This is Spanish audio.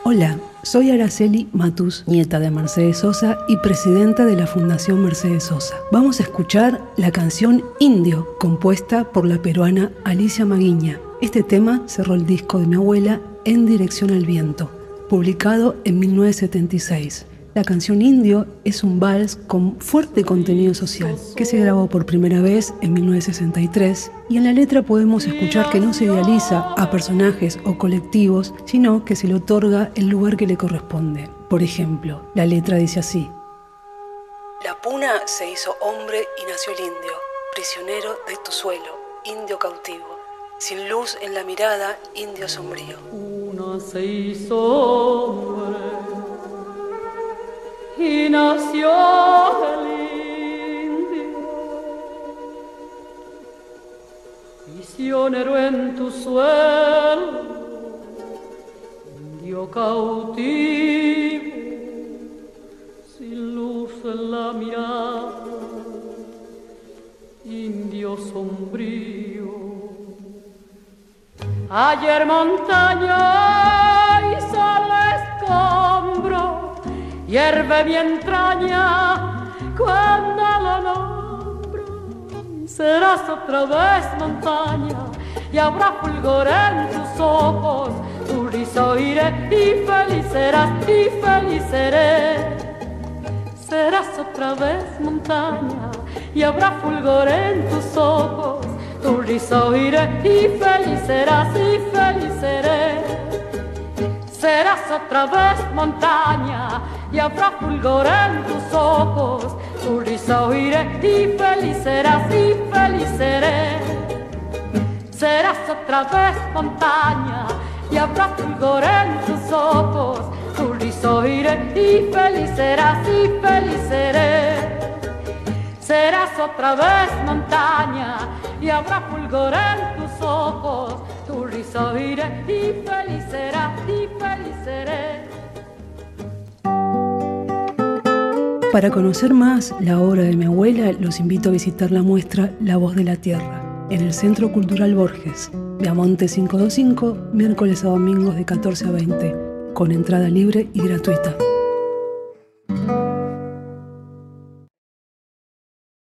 Hola, soy Araceli Matus, nieta de Mercedes Sosa y presidenta de la Fundación Mercedes Sosa. Vamos a escuchar la canción Indio, compuesta por la peruana Alicia Maguiña. Este tema cerró el disco de mi abuela, En Dirección al Viento, publicado en 1976. La canción Indio es un vals con fuerte contenido social, que se grabó por primera vez en 1963, y en la letra podemos escuchar que no se idealiza a personajes o colectivos, sino que se le otorga el lugar que le corresponde. Por ejemplo, la letra dice así: La puna se hizo hombre y nació el indio, prisionero de tu suelo, indio cautivo, sin luz en la mirada, indio sombrío. Una se hizo hombre y nació el indio, prisionero en tu suelo, indio cautivo, sin luz en la mirada, indio sombrío. Ayer montaña hizo el escombro, hierve mi entraña cuando lo nombro. Serás otra vez montaña y habrá fulgor en tus ojos. Tu risa oiré y feliz seré. Serás otra vez montaña y habrá fulgor en tus ojos. Tu risa oiré y feliz seré. Serás otra vez montaña y habrá fulgor en tus ojos. Tu risa oiré y feliz seré. Serás otra vez montaña y habrá fulgor en tus ojos. Tu risa oiré y feliz seré. Serás otra vez montaña y habrá fulgor en tus ojos. Tu risa oiré y feliz seré. Para conocer más la obra de mi abuela, los invito a visitar la muestra La Voz de la Tierra, en el Centro Cultural Borges, Viamonte 525, miércoles a domingos de 14 a 20, con entrada libre y gratuita.